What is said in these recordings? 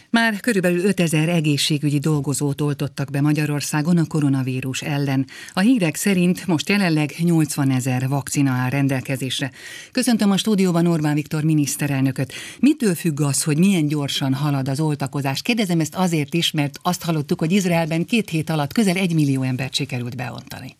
Már körülbelül 5000 egészségügyi dolgozót oltottak be Magyarországon a koronavírus ellen. A hírek szerint most jelenleg 80 000 vakcina áll rendelkezésre. Köszöntöm a stúdióban Orbán Viktor miniszterelnököt. Mitől függ az, hogy milyen gyorsan halad az oltakozás? Kérdezem ezt azért is, mert azt hallottuk, hogy Izraelben 2 hét alatt közel 1 millió embert sikerült beoltani.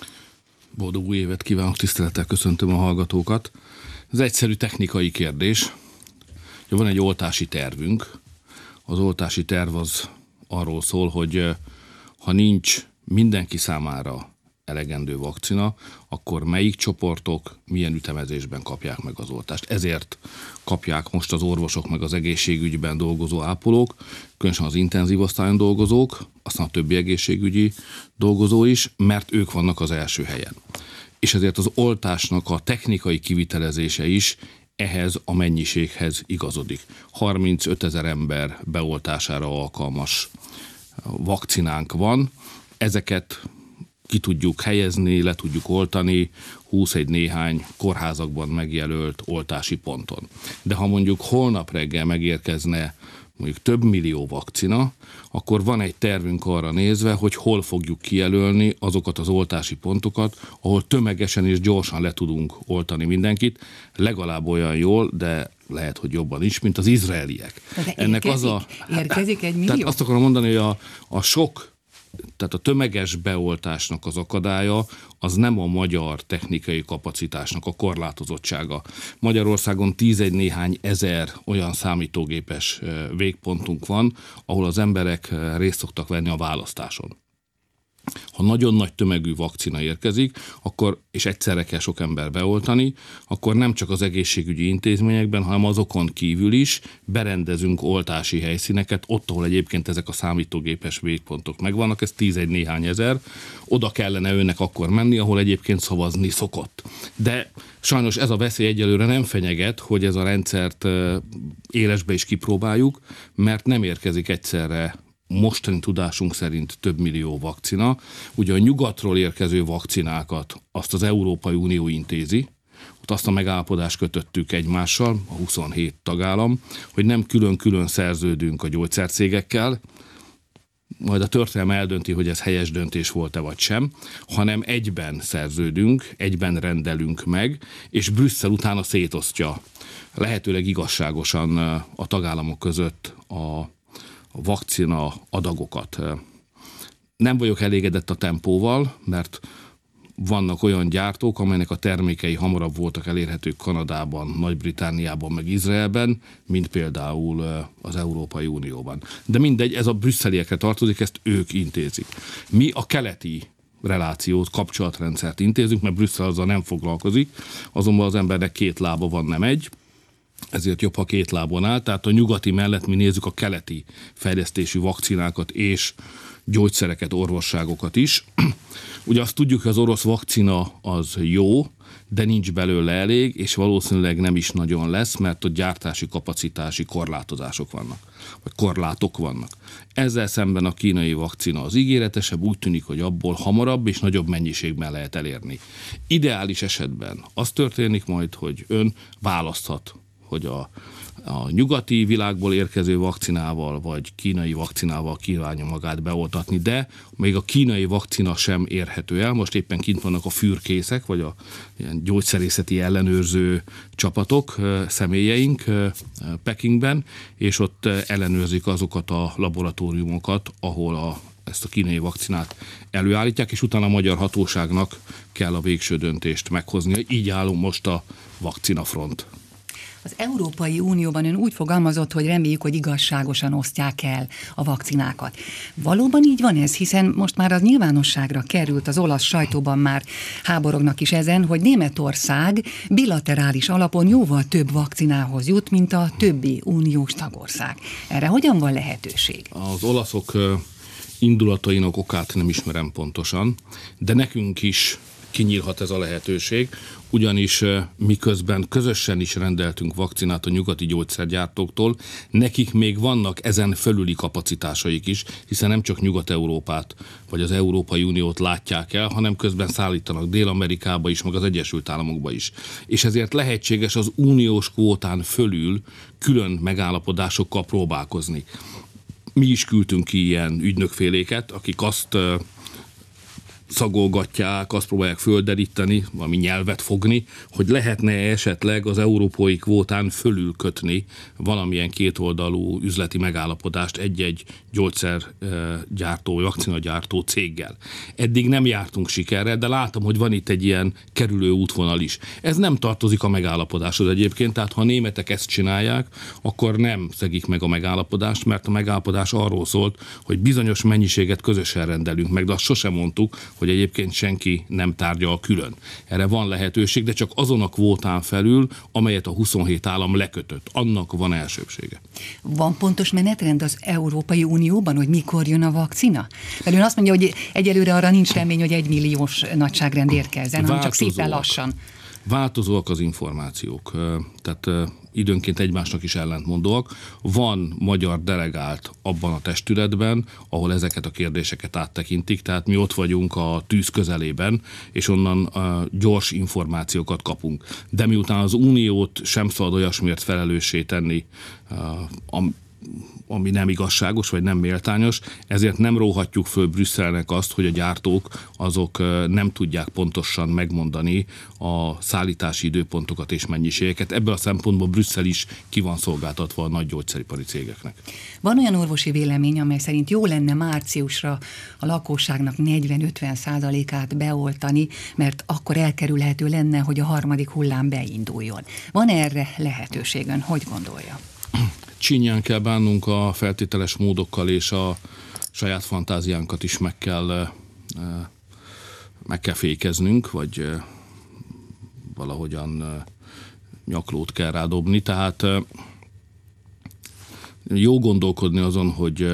Boldog új évet kívánok, tisztelettel köszöntöm a hallgatókat. Ez egyszerű technikai kérdés. Van egy oltási tervünk. Az oltási terv az arról szól, hogy ha nincs mindenki számára elegendő vakcina, akkor melyik csoportok milyen ütemezésben kapják meg az oltást. Ezért kapják most az orvosok meg az egészségügyben dolgozó ápolók, különösen az intenzív osztályon dolgozók, aztán a többi egészségügyi dolgozó is, mert ők vannak az első helyen. És ezért az oltásnak a technikai kivitelezése is ehhez a mennyiséghez igazodik. 35 000 ember beoltására alkalmas vakcinánk van, ezeket ki tudjuk helyezni, le tudjuk oltani 21 néhány kórházakban megjelölt oltási ponton. De ha mondjuk holnap reggel megérkezne mondjuk több millió vakcina, akkor van egy tervünk arra nézve, hogy hol fogjuk kijelölni azokat az oltási pontokat, ahol tömegesen és gyorsan le tudunk oltani mindenkit, legalább olyan jól, de lehet, hogy jobban is, mint az izraeliek. Érkezik 1 millió? Tehát azt akarom mondani, hogy tehát a tömeges beoltásnak az akadálya az nem a magyar technikai kapacitásnak a korlátozottsága. Magyarországon 10 néhány ezer olyan számítógépes végpontunk van, ahol az emberek részt szoktak venni a választáson. Ha nagyon nagy tömegű vakcina érkezik, és egyszerre kell sok ember beoltani, akkor nem csak az egészségügyi intézményekben, hanem azokon kívül is berendezünk oltási helyszíneket, ott, ahol egyébként ezek a számítógépes végpontok megvannak, ez 10 néhány ezer, oda kellene önnek akkor menni, ahol egyébként szavazni szokott. De sajnos ez a veszély egyelőre nem fenyeget, hogy ez a rendszert élesbe is kipróbáljuk, mert nem érkezik egyszerre mostani tudásunk szerint több millió vakcina. Ugye a nyugatról érkező vakcinákat azt az Európai Unió intézi, ott azt a megállapodást kötöttük egymással, a 27 tagállam, hogy nem külön-külön szerződünk a gyógyszercégekkel, majd a történelem eldönti, hogy ez helyes döntés volt-e vagy sem, hanem egyben szerződünk, egyben rendelünk meg, és Brüsszel utána szétosztja lehetőleg igazságosan a tagállamok között a vakcina adagokat. Nem vagyok elégedett a tempóval, mert vannak olyan gyártók, amelynek a termékei hamarabb voltak elérhetők Kanadában, Nagy-Britanniában, meg Izraelben, mint például az Európai Unióban. De mindegy, ez a brüsszeliekre tartozik, ezt ők intézik. Mi a keleti relációt, kapcsolatrendszert intézünk, mert Brüsszel azzal nem foglalkozik, azonban az embernek 2 lába van, nem egy, ezért jobb, ha 2 lábon áll, tehát a nyugati mellett mi nézzük a keleti fejlesztésű vakcinákat és gyógyszereket, orvosságokat is. Ugye azt tudjuk, hogy az orosz vakcina az jó, de nincs belőle elég, és valószínűleg nem is nagyon lesz, mert ott gyártási kapacitási korlátozások vannak, vagy korlátok vannak. Ezzel szemben a kínai vakcina az ígéretesebb, úgy tűnik, hogy abból hamarabb és nagyobb mennyiségben lehet elérni. Ideális esetben az történik majd, hogy ön választhat, hogy a nyugati világból érkező vakcinával, vagy kínai vakcinával kívánja magát beoltatni, de még a kínai vakcina sem érhető el. Most éppen kint vannak a fürkészek, vagy a ilyen gyógyszerészeti ellenőrző csapatok, személyeink Pekingben, és ott ellenőrzik azokat a laboratóriumokat, ahol ezt a kínai vakcinát előállítják, és utána a magyar hatóságnak kell a végső döntést meghozni. Így állunk most a vakcinafront. Az Európai Unióban ön úgy fogalmazott, hogy reméljük, hogy igazságosan osztják el a vakcinákat. Valóban így van ez, hiszen most már az nyilvánosságra került, az olasz sajtóban már háborognak is ezen, hogy Németország bilaterális alapon jóval több vakcinához jut, mint a többi uniós tagország. Erre hogyan van lehetőség? Az olaszok indulatainak okát nem ismerem pontosan, de nekünk is kinyílhat ez a lehetőség, ugyanis miközben közösen is rendeltünk vakcinát a nyugati gyógyszergyártóktól, nekik még vannak ezen fölüli kapacitásaik is, hiszen nem csak Nyugat-Európát vagy az Európai Uniót látják el, hanem közben szállítanak Dél-Amerikába is, meg az Egyesült Államokba is. És ezért lehetséges az uniós kvótán fölül külön megállapodásokkal próbálkozni. Mi is küldtünk ki ilyen ügynökféléket, akik azt szagolgatják, azt próbálják földeríteni, valami nyelvet fogni, hogy lehetne esetleg az európai kvótán fölül kötni valamilyen kétoldalú üzleti megállapodást egy-egy gyógyszergyártó, vakcinagyártó céggel. Eddig nem jártunk sikerrel, de látom, hogy van itt egy ilyen kerülő útvonal is. Ez nem tartozik a megállapodáshoz egyébként, tehát ha a németek ezt csinálják, akkor nem szegik meg a megállapodást, mert a megállapodás arról szólt, hogy bizonyos mennyiséget közösen rendelünk meg, de azt sosem mondtuk, hogy egyébként senki nem tárgyal külön. Erre van lehetőség, de csak azon a kvótán felül, amelyet a 27 állam lekötött. Annak van elsőbsége. Van pontos menetrend az Európai Unióban, hogy mikor jön a vakcina? Mert ön azt mondja, hogy egyelőre arra nincs remény, hogy 1 milliós nagyságrend érkezzen, hanem csak szépen lassan. Változóak az információk, tehát időnként egymásnak is ellentmondóak. Van magyar delegált abban a testületben, ahol ezeket a kérdéseket áttekintik, tehát mi ott vagyunk a tűz közelében, és onnan gyors információkat kapunk. De miután az Uniót sem szabad olyasmiért felelőssé tenni, ami nem igazságos, vagy nem méltányos, ezért nem róhatjuk föl Brüsszelnek azt, hogy a gyártók azok nem tudják pontosan megmondani a szállítási időpontokat és mennyiségeket. Ebből a szempontból Brüsszel is ki van szolgáltatva a nagy gyógyszeripari cégeknek. Van olyan orvosi vélemény, amely szerint jó lenne márciusra a lakosságnak 40-50%-át beoltani, mert akkor elkerülhető lenne, hogy a harmadik hullám beinduljon. Van erre lehetőség, ön hogy gondolja? Csinyán kell bánnunk a feltételes módokkal, és a saját fantáziánkat is meg kell fékeznünk, vagy valahogyan nyaklót kell rádobni. Tehát jó gondolkodni azon, hogy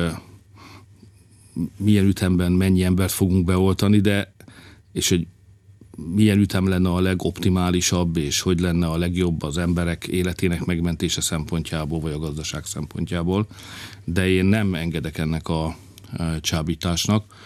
milyen ütemben mennyi embert fogunk beoltani, és hogy milyen ütem lenne a legoptimálisabb, és hogy lenne a legjobb az emberek életének megmentése szempontjából, vagy a gazdaság szempontjából. De én nem engedek ennek a csábításnak,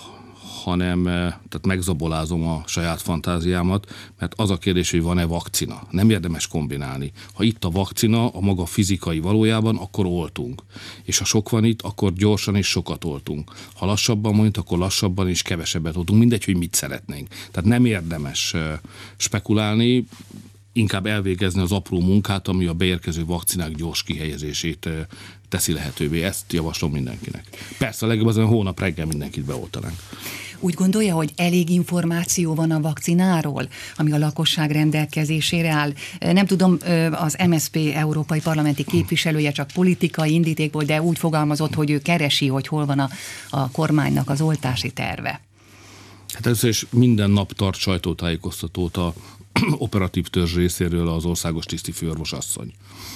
hanem tehát megzabolázom a saját fantáziámat, mert az a kérdés, hogy van-e vakcina. Nem érdemes kombinálni. Ha itt a vakcina a maga fizikai valójában, akkor oltunk. És ha sok van itt, akkor gyorsan és sokat oltunk. Ha lassabban mondjuk, akkor lassabban és kevesebbet oltunk. Mindegy, hogy mit szeretnénk. Tehát nem érdemes spekulálni, inkább elvégezni az apró munkát, ami a beérkező vakcinák gyors kihelyezését teszi lehetővé. Ezt javaslom mindenkinek. Persze a legjobb az, hogy hónap reggel mindenkit beoltanánk. Úgy gondolja, hogy elég információ van a vakcináról, ami a lakosság rendelkezésére áll? Nem tudom, az MSZP európai parlamenti képviselője csak politikai indítékból, de úgy fogalmazott, hogy ő keresi, hogy hol van a kormánynak az oltási terve. Hát először is minden nap tart sajtótájékoztatót a operatív törzs részéről az országos tisztifőorvos asszony.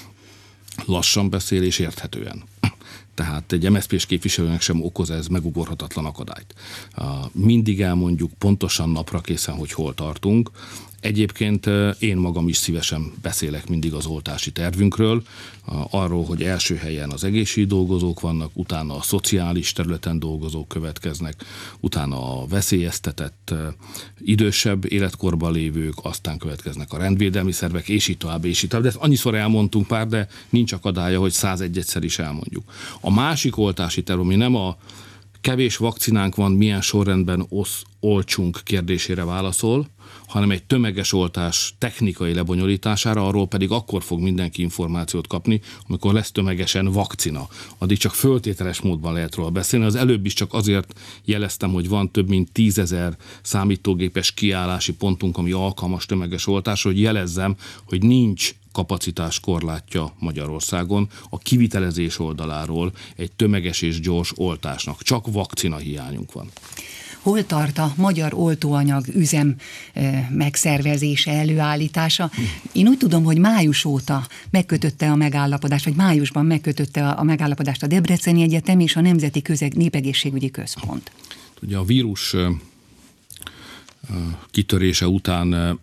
Lassan beszél és érthetően. Tehát egy MSZP-s képviselőnek sem okoz ez megugorhatatlan akadályt. Mindig elmondjuk pontosan napra készen, hogy hol tartunk. Egyébként én magam is szívesen beszélek mindig az oltási tervünkről, arról, hogy első helyen az egészségügyi dolgozók vannak, utána a szociális területen dolgozók következnek, utána a veszélyeztetett, idősebb életkorban lévők, aztán következnek a rendvédelmi szervek, és így tovább, és így tovább. De ezt annyiszor elmondtunk már, de nincs akadálya, hogy 101-szer is elmondjuk. A másik oltási terv, ami nem a kevés vakcinánk van, milyen sorrendben oltsunk kérdésére válaszol, hanem egy tömeges oltás technikai lebonyolítására, arról pedig akkor fog mindenki információt kapni, amikor lesz tömegesen vakcina. Addig csak föltételes módban lehet róla beszélni. Az előbb is csak azért jeleztem, hogy van több mint 10 000 számítógépes kiállási pontunk, ami alkalmas tömeges oltásra, hogy jelezzem, hogy nincs kapacitás korlátja Magyarországon a kivitelezés oldaláról egy tömeges és gyors oltásnak. Csak vakcina hiányunk van. Hol tart a magyar oltóanyag üzem megszervezése, előállítása? Én úgy tudom, hogy május óta megkötötte a megállapodást, vagy májusban megkötötte a megállapodást a Debreceni Egyetem és a Nemzeti Népegészségügyi Központ. Ugye a vírus kitörése után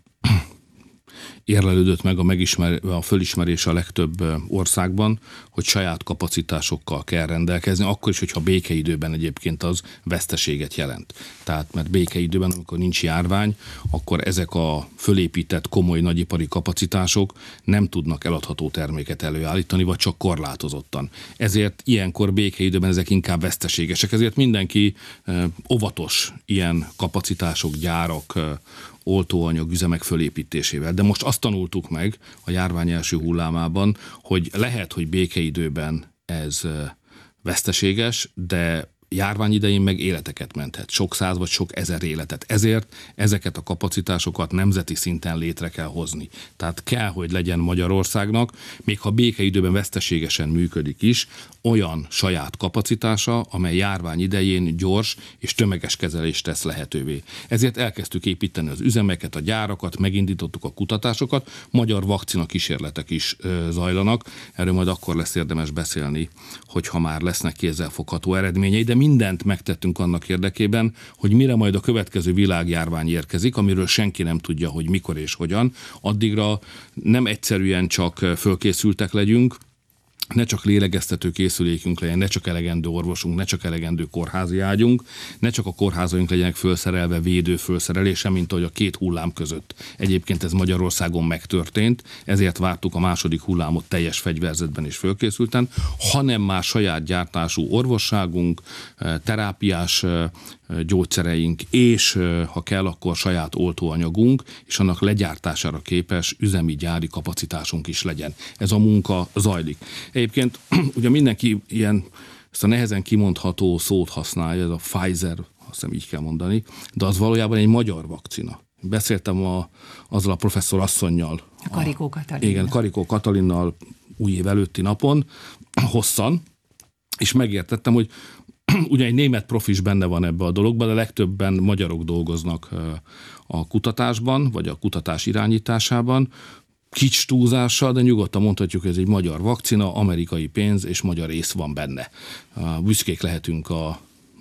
érlelődött meg a fölismerése a legtöbb országban, hogy saját kapacitásokkal kell rendelkezni, akkor is, hogyha békeidőben egyébként az veszteséget jelent. Tehát, mert békeidőben, amikor nincs járvány, akkor ezek a fölépített komoly nagyipari kapacitások nem tudnak eladható terméket előállítani, vagy csak korlátozottan. Ezért ilyenkor békeidőben ezek inkább veszteségesek, ezért mindenki óvatos ilyen kapacitások, gyárak, oltóanyag üzemek fölépítésével. De most azt tanultuk meg a járvány első hullámában, hogy lehet, hogy békeidőben ez veszteséges, de járvány idején meg életeket menthet. Sok száz vagy sok ezer életet. Ezért ezeket a kapacitásokat nemzeti szinten létre kell hozni. Tehát kell, hogy legyen Magyarországnak, még ha békeidőben veszteségesen működik is, olyan saját kapacitása, amely járvány idején gyors és tömeges kezelést tesz lehetővé. Ezért elkezdtük építeni az üzemeket, a gyárakat, megindítottuk a kutatásokat, magyar vakcina kísérletek is zajlanak. Erről majd akkor lesz érdemes beszélni, hogyha már lesznek kézzelfogható eredményei, de mindent megtettünk annak érdekében, hogy mire majd a következő világjárvány érkezik, amiről senki nem tudja, hogy mikor és hogyan, addigra nem egyszerűen csak fölkészültek legyünk, ne csak lélegeztető készülékünk legyen, ne csak elegendő orvosunk, ne csak elegendő kórházi ágyunk, ne csak a kórházaink legyenek fölszerelve védőfölszerelése, mint ahogy a két hullám között. Egyébként ez Magyarországon megtörtént, ezért vártuk a második hullámot teljes fegyverzetben és fölkészülten, hanem már saját gyártású orvosságunk, terápiás gyógyszereink, és ha kell, akkor saját oltóanyagunk, és annak legyártására képes üzemi gyári kapacitásunk is legyen. Ez a munka zajlik. Egyébként ugye mindenki ezt a nehezen kimondható szót használja, ez a Pfizer, azt hiszem így kell mondani, de az valójában egy magyar vakcina. Beszéltem azzal a professzor asszonnyal. Karikó Katalinnal. Igen, Karikó Katalinnal új év előtti napon, hosszan, és megértettem, hogy ugye egy német profi is benne van ebbe a dologban, de legtöbben magyarok dolgoznak a kutatásban, vagy a kutatás irányításában, kicsi túlzással, de nyugodtan mondhatjuk, hogy ez egy magyar vakcina, amerikai pénz és magyar ész van benne. Büszkék lehetünk a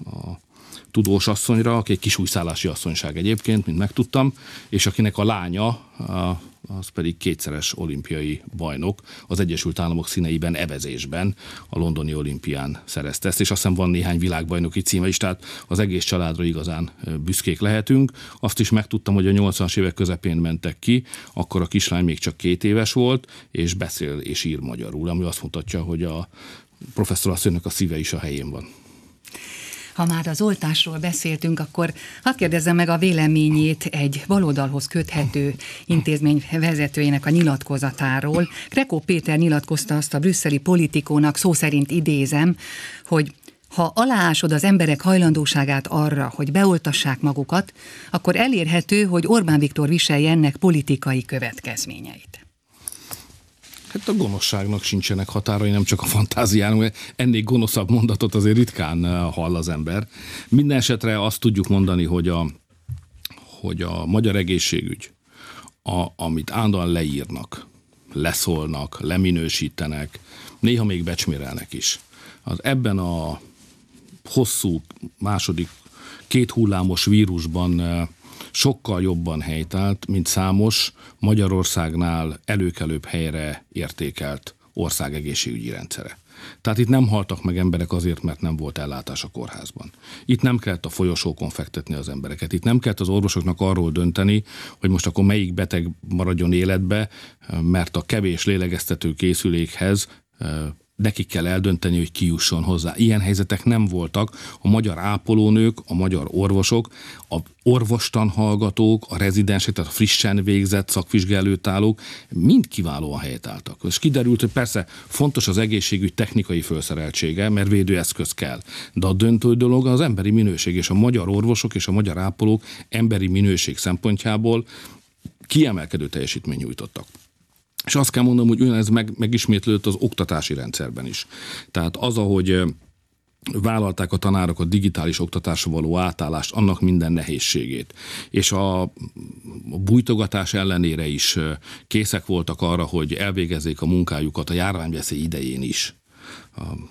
tudós asszonyra, aki egy kisújszállási asszonyság egyébként, mint megtudtam, és akinek a lánya, az pedig kétszeres olimpiai bajnok, az Egyesült Államok színeiben, evezésben, a londoni olimpián szerezte ezt, és azt hiszem van néhány világbajnoki címe is, tehát az egész családra igazán büszkék lehetünk. Azt is megtudtam, hogy a 80-as évek közepén mentek ki, akkor a kislány még csak 2 éves volt, és beszél és ír magyarul, ami azt mutatja, hogy a professzor asszonynak a szíve is a helyén van. Ha már az oltásról beszéltünk, akkor hadd kérdezzem meg a véleményét egy baloldalhoz köthető intézmény vezetőjének a nyilatkozatáról. Krekó Péter nyilatkozta azt a brüsszeli Politikónak, szó szerint idézem, hogy ha aláásod az emberek hajlandóságát arra, hogy beoltassák magukat, akkor elérhető, hogy Orbán Viktor viselje ennek politikai következményeit. Hát a gonoszságnak sincsenek határai, nem csak a fantáziának, mert ennél gonoszabb mondatot azért ritkán hall az ember. Minden esetre azt tudjuk mondani, hogy a magyar egészségügy, amit állandóan leírnak, leszólnak, leminősítenek, néha még becsmérelnek is. Az ebben a hosszú második 2 hullámos vírusban sokkal jobban helytált, mint számos Magyarországnál előkelőbb helyre értékelt ország egészségügyi rendszere. Tehát itt nem haltak meg emberek azért, mert nem volt ellátás a kórházban. Itt nem kellett a folyosókon fektetni az embereket. Itt nem kellett az orvosoknak arról dönteni, hogy most akkor melyik beteg maradjon életbe, mert a kevés lélegeztető készülékhez nekik kell eldönteni, hogy ki jusson hozzá. Ilyen helyzetek nem voltak. A magyar ápolónők, a magyar orvosok, a orvostanhallgatók, a rezidensek, tehát a frissen végzett szakvizsgálótállók mind kiválóan helyet álltak. És kiderült, hogy persze fontos az egészségügy technikai felszereltsége, mert védőeszköz kell. De a döntő dolog az emberi minőség, és a magyar orvosok és a magyar ápolók emberi minőség szempontjából kiemelkedő teljesítményt nyújtottak. És azt kell mondanom, hogy ez megismétlődött az oktatási rendszerben is. Tehát az, ahogy vállalták a tanárok a digitális oktatásra való átállást, annak minden nehézségét. És a bújtogatás ellenére is készek voltak arra, hogy elvégezzék a munkájukat a járványveszély idején is.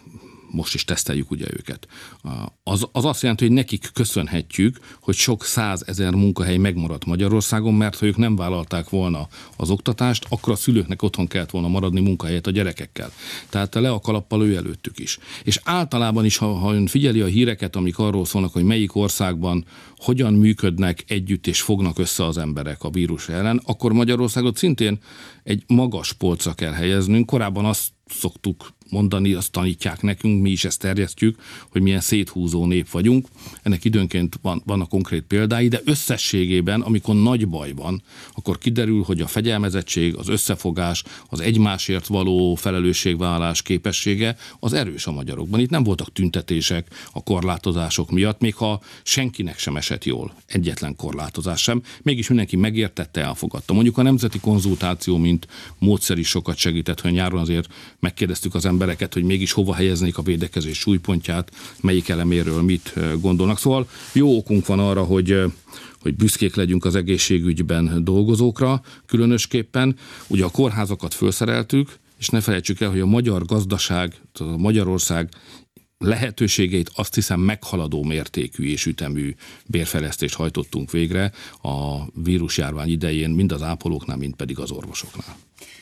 most is teszteljük ugye őket. Az azt jelenti, hogy nekik köszönhetjük, hogy sok 100 000 munkahely megmaradt Magyarországon, mert ha ők nem vállalták volna az oktatást, akkor a szülőknek otthon kellett volna maradni munkahelyet a gyerekekkel. Tehát le a kalappal ő előttük is. És általában is, ha ön figyeli a híreket, amik arról szólnak, hogy melyik országban hogyan működnek együtt és fognak össze az emberek a vírus ellen, akkor Magyarországot szintén egy magas polcra kell helyeznünk. Korábban azt szoktuk mondani, azt tanítják nekünk, mi is ezt terjesztjük, hogy milyen széthúzó nép vagyunk. Ennek időnként vannak konkrét példái, de összességében, amikor nagy baj van, akkor kiderül, hogy a fegyelmezettség, az összefogás, az egymásért való felelősségvállalás képessége az erős a magyarokban. Itt nem voltak tüntetések a korlátozások miatt, még ha senkinek sem esett jól, egyetlen korlátozás sem, mégis mindenki megértette, elfogadta. Mondjuk a nemzeti konzultáció, mint módszer is sokat segített, hogy nyáron azért megkérdeztük az embereket, hogy mégis hova helyeznék a védekezés súlypontját, melyik eleméről mit gondolnak. Szóval jó okunk van arra, hogy büszkék legyünk az egészségügyben dolgozókra, különösképpen. Ugye a kórházakat felszereltük, és ne felejtsük el, hogy a magyar gazdaság, a Magyarország lehetőségeit azt hiszem meghaladó mértékű és ütemű bérfejlesztést hajtottunk végre a vírusjárvány idején, mind az ápolóknál, mind pedig az orvosoknál.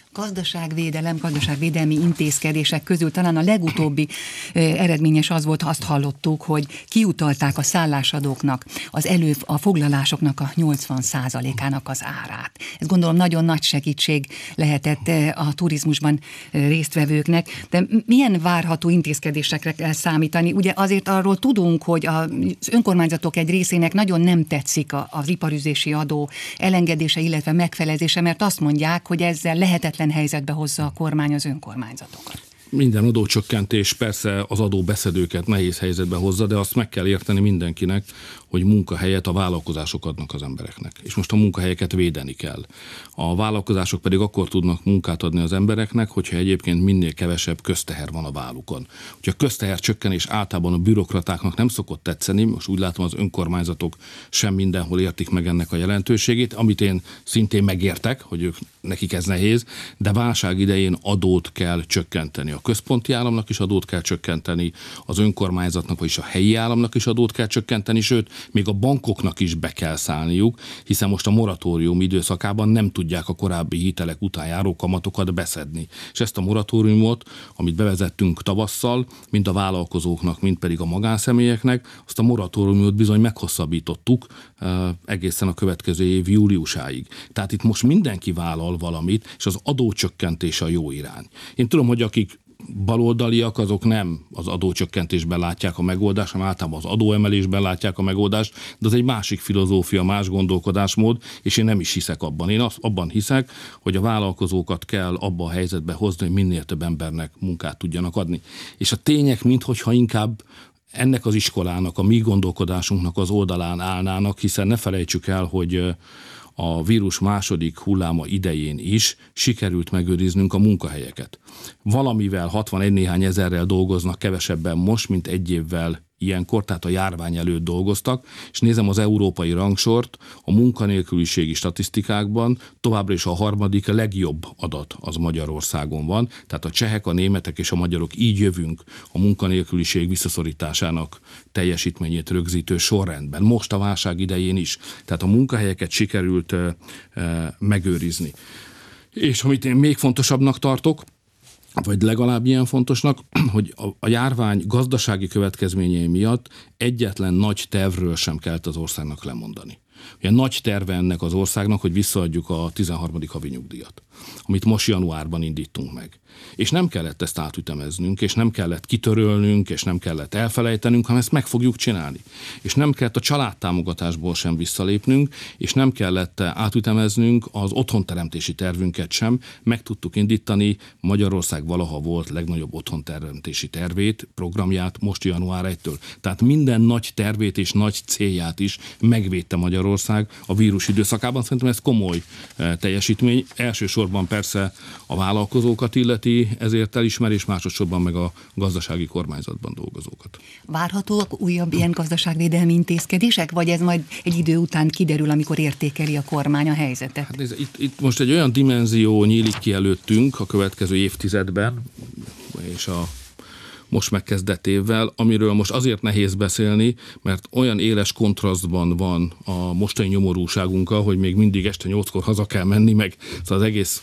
Gazdaságvédelmi intézkedések közül talán a legutóbbi eredményes az volt, azt hallottuk, hogy kiutalták a szállásadóknak a foglalásoknak a 80%-ának az árát. Ez gondolom nagyon nagy segítség lehetett a turizmusban résztvevőknek, de milyen várható intézkedésekre kell számítani? Ugye azért arról tudunk, hogy az önkormányzatok egy részének nagyon nem tetszik az iparüzési adó elengedése, illetve megfelezése, mert azt mondják, hogy ezzel lehetetlen helyzetbe hozza a kormány az önkormányzatokat. Minden adócsökkentés persze az adóbeszedőket nehéz helyzetbe hozza, de azt meg kell érteni mindenkinek, hogy munkahelyet a vállalkozások adnak az embereknek. És most a munkahelyeket védeni kell. A vállalkozások pedig akkor tudnak munkát adni az embereknek, hogyha egyébként minél kevesebb közteher van a vállukon. Hogyha a közteher csökkenés általában a bürokratáknak nem szokott tetszeni, most úgy látom az önkormányzatok sem mindenhol értik meg ennek a jelentőségét, amit én szintén megértek, hogy nekik ez nehéz, de válság idején adót kell csökkenteni. A központi államnak is adót kell csökkenteni, az önkormányzatnak, vagyis a helyi államnak is adót kell csökkenteni, sőt, még a bankoknak is be kell szállniuk, hiszen most a moratórium időszakában nem tudják a korábbi hitelek után járó kamatokat beszedni. És ezt a moratóriumot, amit bevezettünk tavasszal, mind a vállalkozóknak, mind pedig a magánszemélyeknek, azt a moratóriumot bizony meghosszabbítottuk egészen a következő év júliusáig. Tehát itt most mindenki vállal valamit, és az adócsökkentés a jó irány. Én tudom, hogy akik baloldaliak, azok nem az adócsökkentésben látják a megoldást, hanem általában az adóemelésben látják a megoldást, de az egy másik filozófia, más gondolkodásmód, és én nem is hiszek abban. Én abban hiszek, hogy a vállalkozókat kell abba a helyzetbe hozni, hogy minél több embernek munkát tudjanak adni. És a tények, minthogyha inkább ennek az iskolának, a mi gondolkodásunknak az oldalán állnának, hiszen ne felejtsük el, hogy a vírus második hulláma idején is sikerült megőriznünk a munkahelyeket. Valamivel 61 néhány ezerrel dolgoznak kevesebben most, mint egy évvel ilyenkor, tehát a járvány előtt dolgoztak, és nézem az európai rangsort, a munkanélküliségi statisztikákban továbbra is a harmadik legjobb adat az Magyarországon van, tehát a csehek, a németek és a magyarok így jövünk a munkanélküliség visszaszorításának teljesítményét rögzítő sorrendben, most a válság idején is. Tehát a munkahelyeket sikerült megőrizni. És amit én még fontosabbnak tartok, vagy legalább ilyen fontosnak, hogy a járvány gazdasági következményei miatt egyetlen nagy tervről sem kellett az országnak lemondani. Ugye nagy terve ennek az országnak, hogy visszaadjuk a 13. havi nyugdíjat, amit most januárban indítunk meg. És nem kellett ezt átütemeznünk, és nem kellett kitörölnünk, és nem kellett elfelejtenünk, hanem ezt meg fogjuk csinálni. És nem kellett a családtámogatásból sem visszalépnünk, és nem kellett átütemeznünk az otthonteremtési tervünket sem. Meg tudtuk indítani, Magyarország valaha volt legnagyobb otthonteremtési tervét, programját most január 1-től. Tehát minden nagy tervét és nagy célját is megvédte Magyarország a vírus időszakában. Szerintem ez komoly teljesítmény. Elsősorban persze a vállalkozókat illeti, ezért elismerés, másodszorban meg a gazdasági kormányzatban dolgozókat. Várhatóak újabb ilyen gazdaságvédelmi intézkedések, vagy ez majd egy idő után kiderül, amikor értékeli a kormány a helyzetet? Hát ez, itt most egy olyan dimenzió nyílik ki előttünk a következő évtizedben, és most megkezdett évvel, amiről most azért nehéz beszélni, mert olyan éles kontrasztban van a mostani nyomorúságunkkal, hogy még mindig este 8-kor haza kell menni, meg szóval az egész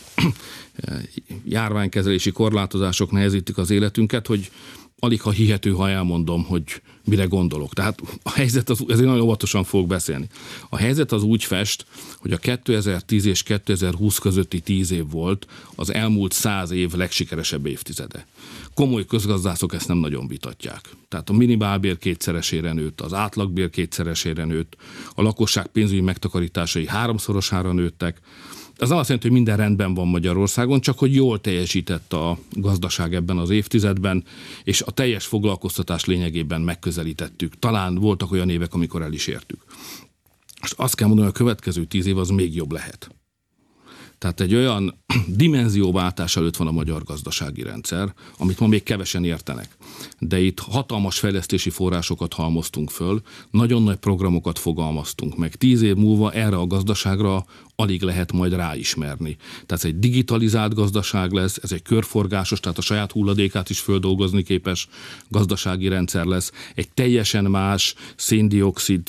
járványkezelési korlátozások nehezítik az életünket, hogy alig ha hihető, ha elmondom, hogy mire gondolok. Tehát a helyzet, ezért nagyon óvatosan fogok beszélni. A helyzet az úgy fest, hogy a 2010 és 2020 közötti 10 év volt az elmúlt 100 év legsikeresebb évtizede. Komoly közgazdászok ezt nem nagyon vitatják. Tehát a minimálbér kétszeresére nőtt, az átlagbér kétszeresére nőtt, a lakosság pénzügyi megtakarításai 3-szorosára nőttek. Ez nem azt jelenti, hogy minden rendben van Magyarországon, csak hogy jól teljesített a gazdaság ebben az évtizedben, és a teljes foglalkoztatás lényegében megközelítettük. Talán voltak olyan évek, amikor el is értük. És azt kell mondani, hogy a következő 10 év az még jobb lehet. Tehát egy olyan dimenzióváltás előtt van a magyar gazdasági rendszer, amit ma még kevesen értenek. De itt hatalmas fejlesztési forrásokat halmoztunk föl, nagyon nagy programokat fogalmaztunk meg. 10 év múlva erre a gazdaságra alig lehet majd ráismerni. Tehát ez egy digitalizált gazdaság lesz, ez egy körforgásos, tehát a saját hulladékát is földolgozni képes gazdasági rendszer lesz. Egy teljesen más széndioxid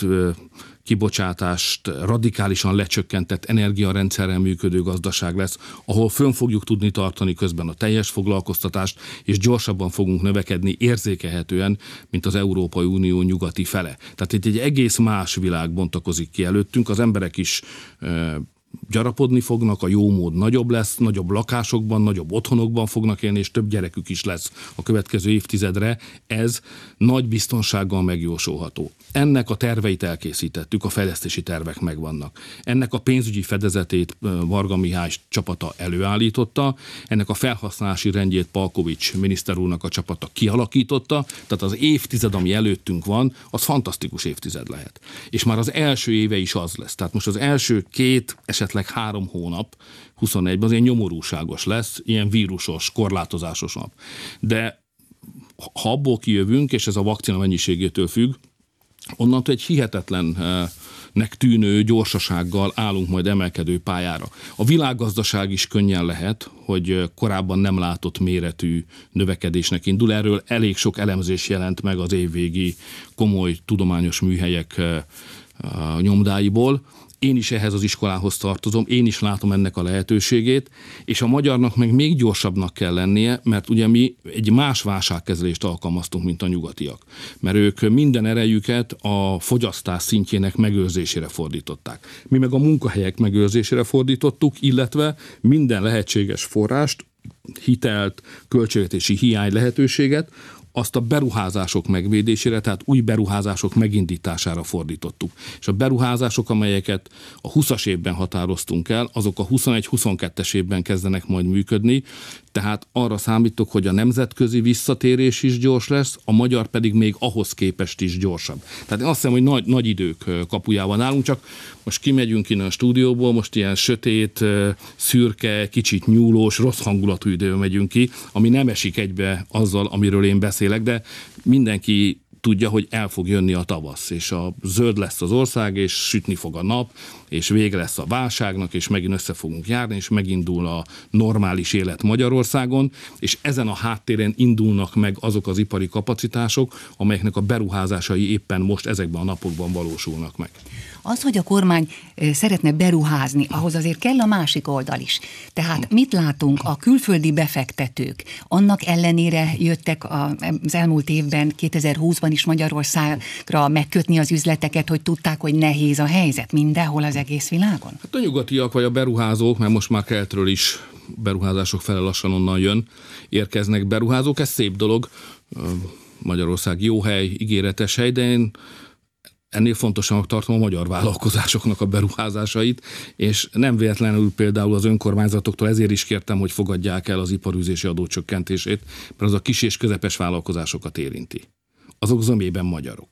kibocsátást radikálisan lecsökkentett energiarendszerrel működő gazdaság lesz, ahol fönn fogjuk tudni tartani közben a teljes foglalkoztatást, és gyorsabban fogunk növekedni érzékelhetően, mint az Európai Unió nyugati fele. Tehát itt egy egész más világ bontakozik ki előttünk, az emberek is gyarapodni fognak, a jómód nagyobb lesz, nagyobb lakásokban, nagyobb otthonokban fognak élni, és több gyerekük is lesz a következő évtizedre. Ez nagy biztonsággal megjósolható. Ennek a terveit elkészítettük, a fejlesztési tervek megvannak. Ennek a pénzügyi fedezetét Varga Mihály csapata előállította, ennek a felhasználási rendjét Palkovics miniszter úrnak a csapata kialakította, tehát az évtized, ami előttünk van, az fantasztikus évtized lehet. És már az első éve is az lesz. Tehát most az első 2, esetleg 3 hónap, 21-ben az ilyen nyomorúságos lesz, ilyen vírusos, korlátozásos nap. De ha abból kijövünk, és ez a vakcina mennyiségétől függ, onnantól egy hihetetlennek tűnő gyorsasággal állunk majd emelkedő pályára. A világgazdaság is könnyen lehet, hogy korábban nem látott méretű növekedésnek indul. Erről elég sok elemzés jelent meg az évvégi komoly tudományos műhelyek nyomdáiból. Én is ehhez az iskolához tartozom, én is látom ennek a lehetőségét, és a magyarnak meg még gyorsabbnak kell lennie, mert ugye mi egy más válságkezelést alkalmaztunk, mint a nyugatiak. Mert ők minden erejüket a fogyasztás szintjének megőrzésére fordították. Mi meg a munkahelyek megőrzésére fordítottuk, illetve minden lehetséges forrást, hitelt, költségvetési hiány lehetőséget, azt a beruházások megvédésére, tehát új beruházások megindítására fordítottuk. És a beruházások, amelyeket a 20-as évben határoztunk el, azok a 21-22-es évben kezdenek majd működni, tehát arra számítok, hogy a nemzetközi visszatérés is gyors lesz, a magyar pedig még ahhoz képest is gyorsabb. Tehát én azt hiszem, hogy nagy idők kapujában állunk, csak most kimegyünk innen a stúdióból, most ilyen sötét, szürke, kicsit nyúlós, rossz hangulatú időben megyünk ki, ami nem esik egybe azzal, amiről én beszélek, de mindenki tudja, hogy el fog jönni a tavasz, és a zöld lesz az ország, és sütni fog a nap, és vége lesz a válságnak, és megint össze fogunk járni, és megindul a normális élet Magyarországon, és ezen a háttéren indulnak meg azok az ipari kapacitások, amelyeknek a beruházásai éppen most ezekben a napokban valósulnak meg. Az, hogy a kormány szeretne beruházni, ahhoz azért kell a másik oldal is. Tehát mit látunk? A külföldi befektetők annak ellenére jöttek az elmúlt évben, 2020-ban is Magyarországra megkötni az üzleteket, hogy tudták, hogy nehéz a helyzet mindenhol az egész világon? Hát a nyugatiak vagy a beruházók, mert most már keletről is beruházások fele lassan onnan jön, érkeznek beruházók, ez szép dolog. Magyarország jó hely, ígéretes hely, de én ennél fontosabbnak tartom a magyar vállalkozásoknak a beruházásait, és nem véletlenül például az önkormányzatoktól ezért is kértem, hogy fogadják el az iparűzési adó csökkentését, mert az a kis és közepes vállalkozásokat érinti. Azok zömében magyarok.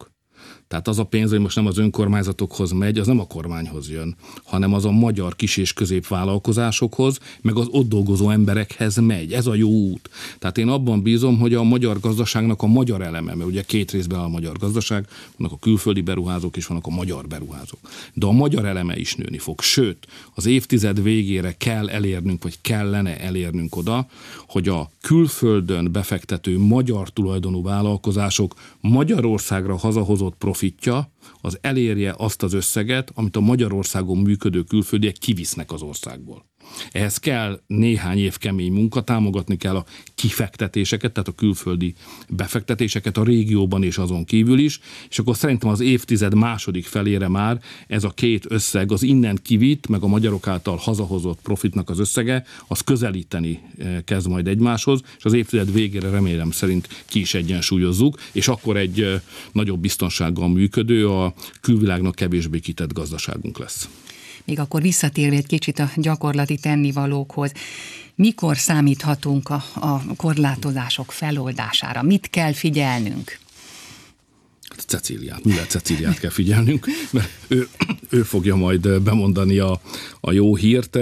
Tehát az a pénz, hogy most nem az önkormányzatokhoz megy, az nem a kormányhoz jön, hanem az a magyar kis- és középvállalkozásokhoz, meg az ott dolgozó emberekhez megy. Ez a jó út. Tehát én abban bízom, hogy a magyar gazdaságnak a magyar eleme, mert ugye két részben a magyar gazdaság, vannak a külföldi beruházók és vannak a magyar beruházók. De a magyar eleme is nőni fog. Sőt, az évtized végére kell elérnünk, vagy kellene elérnünk oda, hogy a külföldön befektető magyar tulajdonú vállalkozások Magyarországra hazahozott profitja az elérje azt az összeget, amit a Magyarországon működő külföldiek kivisznek az országból. Ehhez kell néhány év kemény munka, támogatni kell a kifektetéseket, tehát a külföldi befektetéseket a régióban és azon kívül is, és akkor szerintem az évtized második felére már ez a két összeg, az innen kivitt, meg a magyarok által hazahozott profitnak az összege, az közelíteni kezd majd egymáshoz, és az évtized végére remélem szerint ki is egyensúlyozzuk, és akkor egy nagyobb biztonsággal működő, a külvilágnak kevésbé kitett gazdaságunk lesz. Még akkor visszatérve egy kicsit a gyakorlati tennivalókhoz, mikor számíthatunk a korlátozások feloldására? Mit kell figyelnünk? Cecíliát kell figyelnünk, mert ő fogja majd bemondani a jó hírt.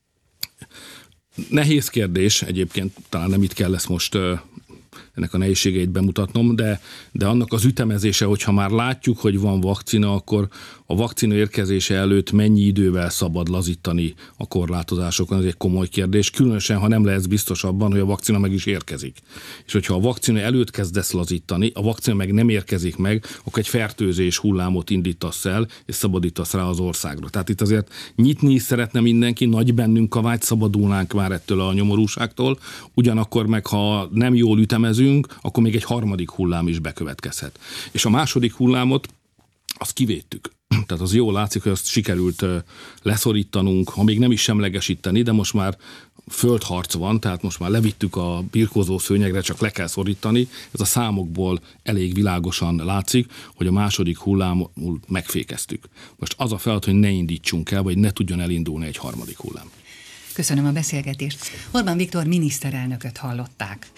Nehéz kérdés, egyébként talán nem itt kell lesz most ennek a nehézségeit bemutatnom, de annak az ütemezése, hogyha már látjuk, hogy van vakcina, akkor a vakcina érkezése előtt mennyi idővel szabad lazítani a korlátozásokon, ez egy komoly kérdés, különösen, ha nem lehetsz biztos abban, hogy a vakcina meg is érkezik. És hogyha a vakcina előtt kezdesz lazítani, a vakcina meg nem érkezik meg, akkor egy fertőzés hullámot indítasz el, és szabadítasz rá az országra. Tehát itt azért nyitni is szeretne mindenki, nagy bennünk a vágy, szabadulnánk már ettől a nyomorúságtól, ugyanakkor meg, ha nem jól ütemezünk, akkor még egy harmadik hullám is bekövetkezhet. És a második hullámot azt kivédtük. Tehát az jól látszik, hogy azt sikerült leszorítanunk, ha még nem is semlegesíteni, de most már földharc van, tehát most már levittük a birkózó szőnyegre, csak le kell szorítani. Ez a számokból elég világosan látszik, hogy a második hullámot megfékeztük. Most az a feladat, hogy ne indítsunk el, vagy ne tudjon elindulni egy harmadik hullám. Köszönöm a beszélgetést. Orbán Viktor miniszterelnököt hallották.